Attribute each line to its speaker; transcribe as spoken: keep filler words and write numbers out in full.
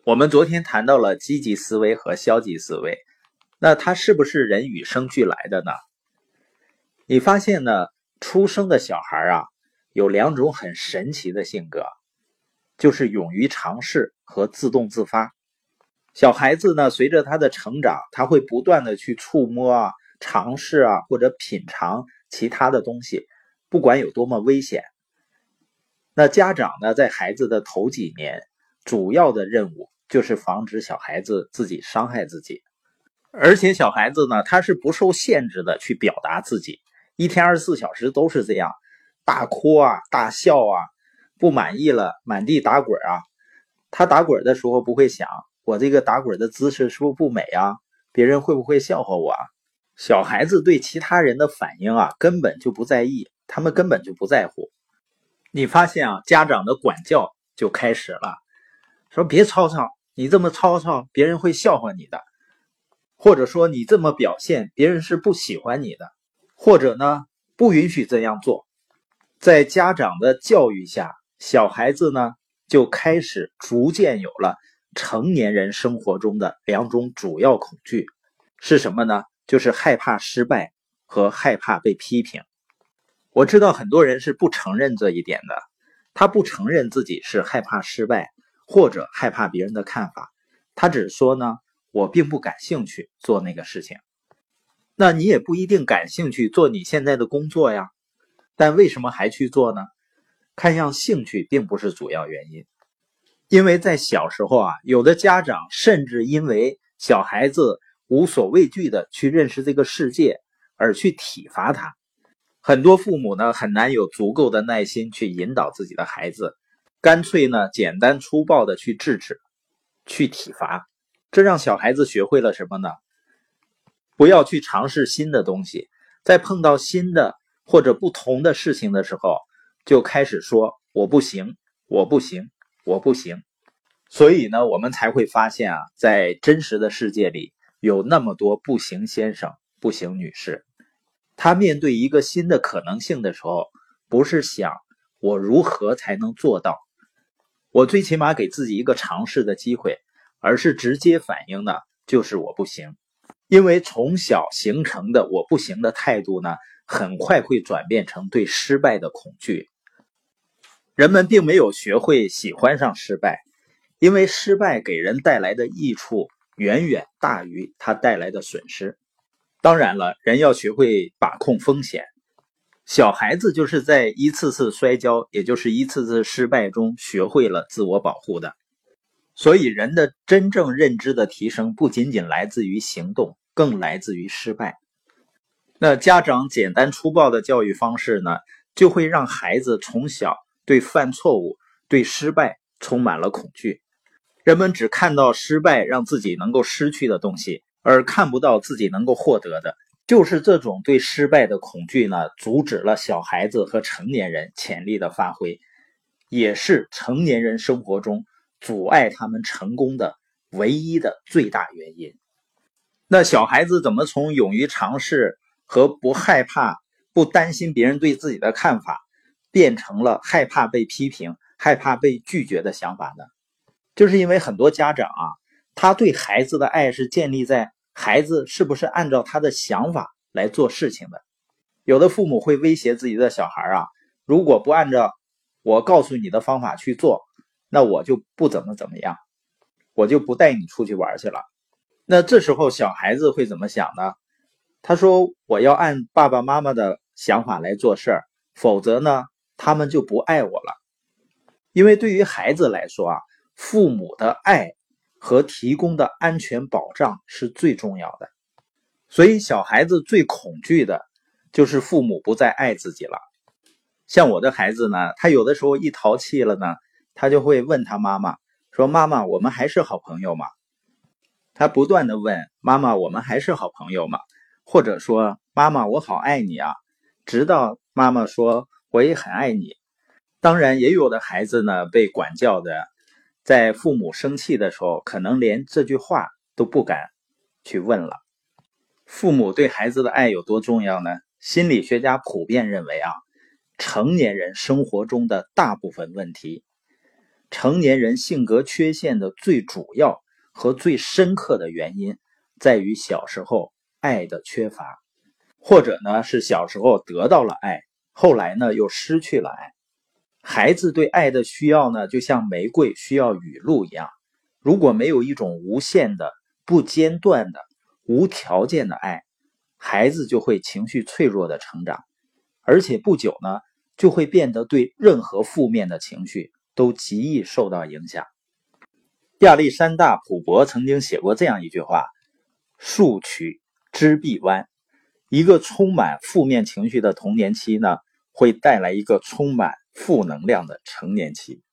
Speaker 1: 我们昨天谈到了积极思维和消极思维，那它是不是人与生俱来的呢？你发现呢，出生的小孩啊，有两种很神奇的性格，就是勇于尝试和自动自发。小孩子呢，随着他的成长，他会不断的去触摸啊、尝试啊，或者品尝其他的东西，不管有多么危险。那家长呢，在孩子的头几年，主要的任务就是防止小孩子自己伤害自己。而且小孩子呢，他是不受限制的去表达自己，一天二十四小时都是这样，大哭啊、大笑啊，不满意了满地打滚啊。他打滚的时候不会想，我这个打滚的姿势是不是不美啊？别人会不会笑话我啊？小孩子对其他人的反应啊，根本就不在意，他们根本就不在乎。你发现啊，家长的管教就开始了，说别吵吵，你这么吵吵，别人会笑话你的。或者说你这么表现，别人是不喜欢你的。或者呢，不允许这样做。在家长的教育下，小孩子呢，就开始逐渐有了成年人生活中的两种主要恐惧。是什么呢？就是害怕失败和害怕被批评。我知道很多人是不承认这一点的，他不承认自己是害怕失败或者害怕别人的看法，他只说呢，我并不感兴趣做那个事情。那你也不一定感兴趣做你现在的工作呀，但为什么还去做呢？看样兴趣并不是主要原因。因为在小时候啊，有的家长甚至因为小孩子无所畏惧的去认识这个世界而去体罚他。很多父母呢，很难有足够的耐心去引导自己的孩子，干脆呢简单粗暴的去制止，去体罚。这让小孩子学会了什么呢？不要去尝试新的东西，在碰到新的或者不同的事情的时候，就开始说我不行，我不行，我不行。所以呢，我们才会发现啊，在真实的世界里有那么多不行先生、不行女士。他面对一个新的可能性的时候，不是想我如何才能做到，我最起码给自己一个尝试的机会，而是直接反应呢，就是我不行。因为从小形成的我不行的态度呢，很快会转变成对失败的恐惧。人们并没有学会喜欢上失败，因为失败给人带来的益处远远大于它带来的损失。当然了，人要学会把控风险。小孩子就是在一次次摔跤，也就是一次次失败中学会了自我保护的。所以人的真正认知的提升不仅仅来自于行动，更来自于失败。那家长简单粗暴的教育方式呢，就会让孩子从小对犯错误、对失败充满了恐惧。人们只看到失败让自己能够失去的东西，而看不到自己能够获得的。就是这种对失败的恐惧呢，阻止了小孩子和成年人潜力的发挥，也是成年人生活中阻碍他们成功的唯一的最大原因。那小孩子怎么从勇于尝试和不害怕、不担心别人对自己的看法，变成了害怕被批评、害怕被拒绝的想法呢？就是因为很多家长啊，他对孩子的爱是建立在孩子是不是按照他的想法来做事情的。有的父母会威胁自己的小孩啊，如果不按照我告诉你的方法去做，那我就不怎么怎么样，我就不带你出去玩去了。那这时候小孩子会怎么想呢？他说我要按爸爸妈妈的想法来做事儿，否则呢，他们就不爱我了。因为对于孩子来说啊，父母的爱和提供的安全保障是最重要的。所以小孩子最恐惧的就是父母不再爱自己了。像我的孩子呢，他有的时候一淘气了呢，他就会问他妈妈说，妈妈，我们还是好朋友吗？他不断的问妈妈，我们还是好朋友吗？或者说妈妈，我好爱你啊，直到妈妈说我也很爱你。当然也有的孩子呢，被管教的在父母生气的时候，可能连这句话都不敢去问了。父母对孩子的爱有多重要呢？心理学家普遍认为啊，成年人生活中的大部分问题， 成年人性格缺陷的最主要和最深刻的原因在于小时候爱的缺乏，或者呢是小时候得到了爱，后来呢又失去了爱。孩子对爱的需要呢，就像玫瑰需要雨露一样，如果没有一种无限的、不间断的、无条件的爱，孩子就会情绪脆弱的成长，而且不久呢，就会变得对任何负面的情绪都极易受到影响。亚历山大·普伯曾经写过这样一句话：树曲枝必弯。一个充满负面情绪的童年期呢，会带来一个充满负能量的成年期。